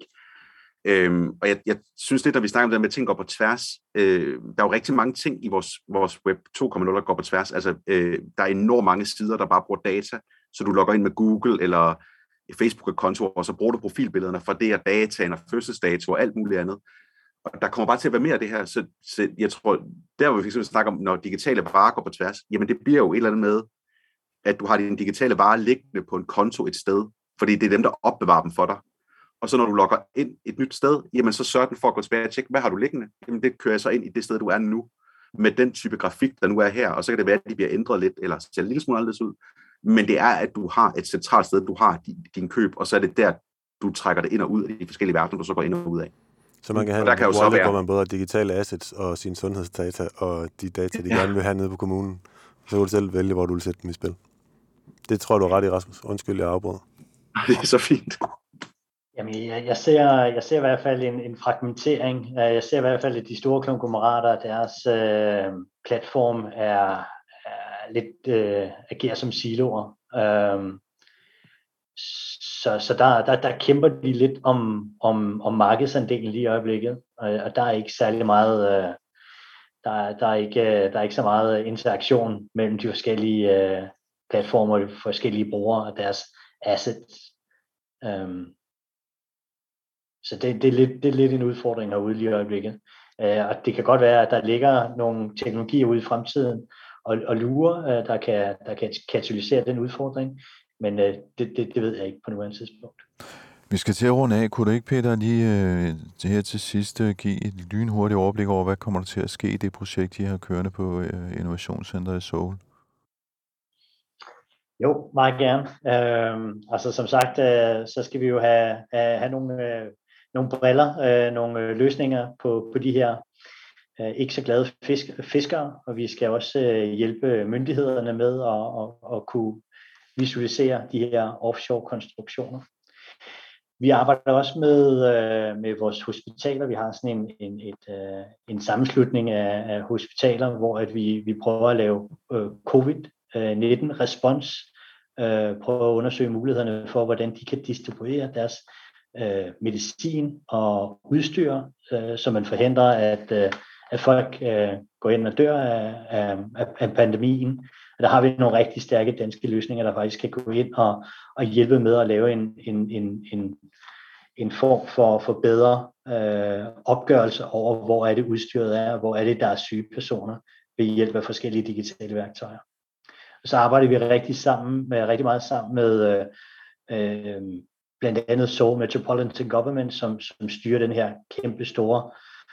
Og jeg synes lidt, at vi snakker om det med, at ting går på tværs. Der er jo rigtig mange ting i vores Web 2.0, der går på tværs. Altså, der er enormt mange sider, der bare bruger data, så du logger ind med Google eller Facebook-konto, og så bruger du profilbillederne fra det og dataen og fødselsdato og alt muligt andet. Og der kommer bare til at være mere af det her. Så jeg tror, der hvor vi fx snakker om, når digitale varer går på tværs, jamen det bliver jo et eller andet med, at du har dine digitale varer liggende på en konto et sted, fordi det er dem, der opbevarer dem for dig. Og så når du logger ind et nyt sted, jamen så sørger den for at gå tilbage og tjekke, hvad har du liggende? Jamen det kører så ind i det sted, du er nu, med den type grafik, der nu er her, og så kan det være, at de bliver ændret lidt, eller ser en lille smule anderledes ud. Men det er, at du har et centralt sted, du har din køb, og så er det der, du trækker det ind og ud af de forskellige verdener, du så går ind og ud af. Så man kan have en wallet, hvor man både har digitale assets og sine sundhedsdata, og de data, de gerne vil have nede på kommunen. Så kan du selv vælge, hvor du vil sætte dem i spil. Det tror du er ret i, Rasmus. Undskyld, jeg afbryder. Det er så fint. Jamen, jeg ser i hvert fald en fragmentering. Jeg ser i hvert fald, at de store konglomerater, deres platform er lidt agerer som siloer. Så der kæmper de lidt om markedsandelen lige i øjeblikket, og der er ikke særlig meget, der er ikke så meget interaktion mellem de forskellige platformer, de forskellige brugere og deres assets. Så det er lidt en udfordring herude lige i øjeblikket. Og det kan godt være, at der ligger nogle teknologier ude i fremtiden og lurer, der kan katalysere den udfordring, men det ved jeg ikke på nuværende tidspunkt. Vi skal til at runde af. Kunne du ikke, Peter, lige her til sidst give et lynhurtigt overblik over, hvad kommer der til at ske i det projekt, I har kørende på Innovationscentret i Seoul? Jo, meget gerne. Altså som sagt, så skal vi jo have nogle briller, nogle løsninger på de her ikke så glade fiskere, og vi skal også hjælpe myndighederne med at kunne visualisere de her offshore-konstruktioner. Vi arbejder også med vores hospitaler. Vi har sådan en sammenslutning af hospitaler, hvor at vi prøver at lave COVID-19-respons, prøver at undersøge mulighederne for, hvordan de kan distribuere deres medicin og udstyr, så man forhindrer, at folk går ind og dør af pandemien. Og der har vi nogle rigtig stærke danske løsninger, der faktisk kan gå ind og hjælpe med at lave en form for bedre opgørelse over, hvor er det udstyret er, og hvor er det, der er syge personer ved hjælp af forskellige digitale værktøjer. Og så arbejder vi rigtig meget sammen med blandt andet Seoul Metropolitan Government, som styrer den her kæmpe store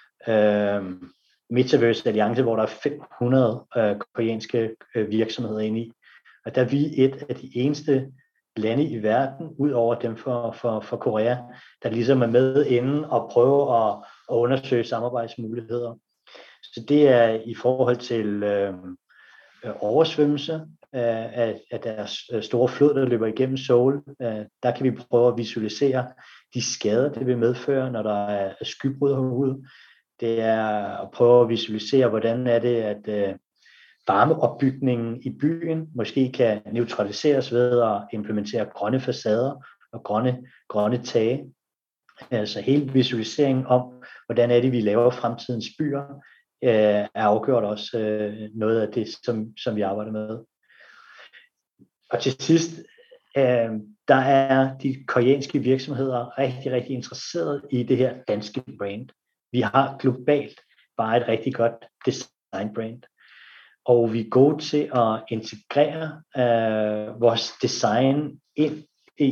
Metaverse Alliance, hvor der er 500 koreanske virksomheder inde i. Og der er vi et af de eneste lande i verden, ud over dem for Korea, der ligesom er med inden og prøver at undersøge samarbejdsmuligheder. Så det er i forhold til oversvømmelse af deres store flod, der løber igennem Seoul. Der kan vi prøve at visualisere de skader, det vil medføre, når der er skybrud herude. Det er at prøve at visualisere, hvordan er det, at varmeopbygningen i byen måske kan neutraliseres ved at implementere grønne facader og grønne tage. Altså hele visualiseringen om, hvordan er det, vi laver fremtidens byer, er afgjort også noget af det, som vi arbejder med. Og til sidst, der er de koreanske virksomheder rigtig, rigtig interesserede i det her danske brand. Vi har globalt bare et rigtig godt design brand. Og vi er gode til at integrere vores design ind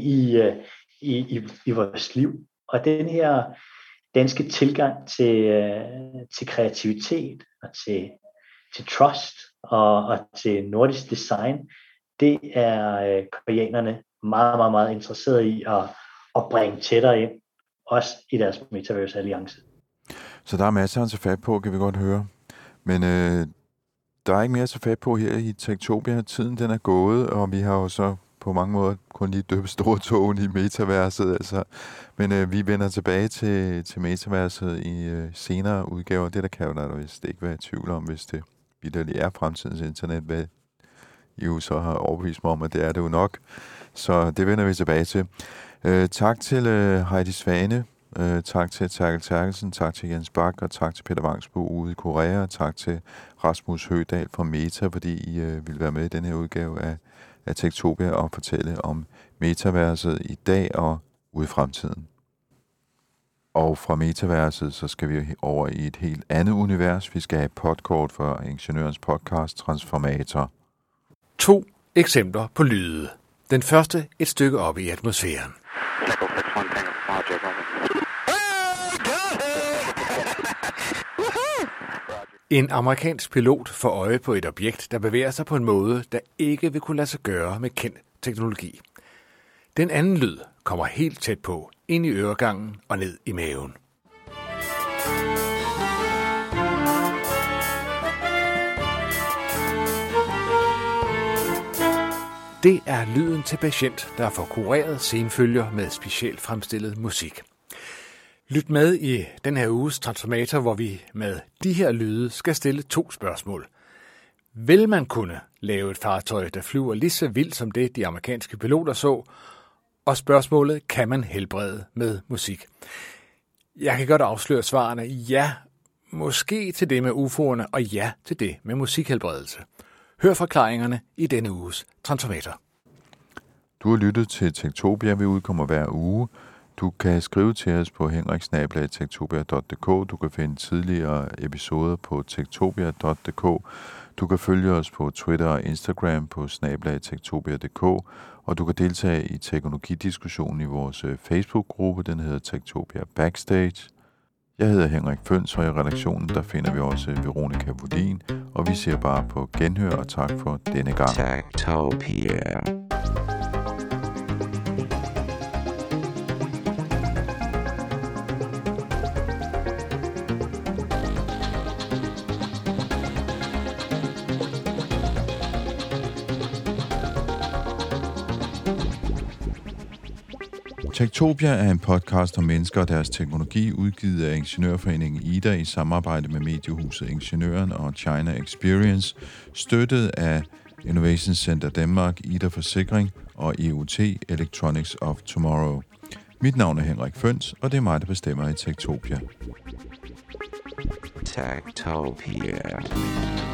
i vores liv. Og den her danske tilgang til kreativitet og til trust og til nordisk design, det er koreanerne meget, meget, meget interesserede i at bringe tættere ind, også i deres Metaverse Alliance. Så der er masser at tage fat på, kan vi godt høre. Men der er ikke mere at tage fat på her i Techtopia. Tiden den er gået, og vi har jo så på mange måder kun lige døbt store togen i metaverset. Altså. Men vi vender tilbage til metaverset i senere udgaver. Det der kan jo der vist ikke være i tvivl om, hvis det vitterligt er fremtidens internet, hvad I jo så har overbevist mig om, at det er det jo nok. Så det vender vi tilbage til. Tak til Heidi Svane. Tak til Terkel Terkelsen, tak til Jens Bak, og tak til Peter Vangsbo ude i Korea, og tak til Rasmus Høgdal fra Meta, fordi I ville være med i den her udgave af Techtopia og fortælle om metaverset i dag og ude i fremtiden. Og fra metaverset, så skal vi over i et helt andet univers. Vi skal have et podkort for Ingeniørens podcast Transformator. 2 eksempler på lyde. Den første et stykke oppe i atmosfæren. En amerikansk pilot får øje på et objekt, der bevæger sig på en måde, der ikke vil kunne lade sig gøre med kendt teknologi. Den anden lyd kommer helt tæt på, ind i øregangen og ned i maven. Det er lyden til patient, der får kureret senfølger med specielt fremstillet musik. Lyt med i den her uges Transformator, hvor vi med de her lyde skal stille 2 spørgsmål. Vil man kunne lave et fartøj, der flyver lige så vildt som det, de amerikanske piloter så? Og spørgsmålet, kan man helbrede med musik? Jeg kan godt afsløre svarene ja, måske til det med UFO'erne, og ja til det med musikhelbredelse. Hør forklaringerne i denne uges Transformator. Du har lyttet til Techtopia. Vi udkommer hver uge. Du kan skrive til os på henrik@techtopia.dk. Du kan finde tidligere episoder på techtopia.dk. Du kan følge os på Twitter og Instagram på @techtopia.dk. Og du kan deltage i teknologidiskussionen i vores Facebook-gruppe. Den hedder Techtopia Backstage. Jeg hedder Henrik Føns, og i redaktionen der finder vi også Veronica Wollin. Og vi siger bare på genhør, og tak for denne gang. Techtopia. Techtopia er en podcast om mennesker og deres teknologi, udgivet af Ingeniørforeningen IDA i samarbejde med mediehuset Ingeniøren og China Experience, støttet af Innovation Center Danmark, IDA Forsikring og EOT Electronics of Tomorrow. Mit navn er Henrik Føns, og det er mig, der bestemmer i Techtopia. Techtopia.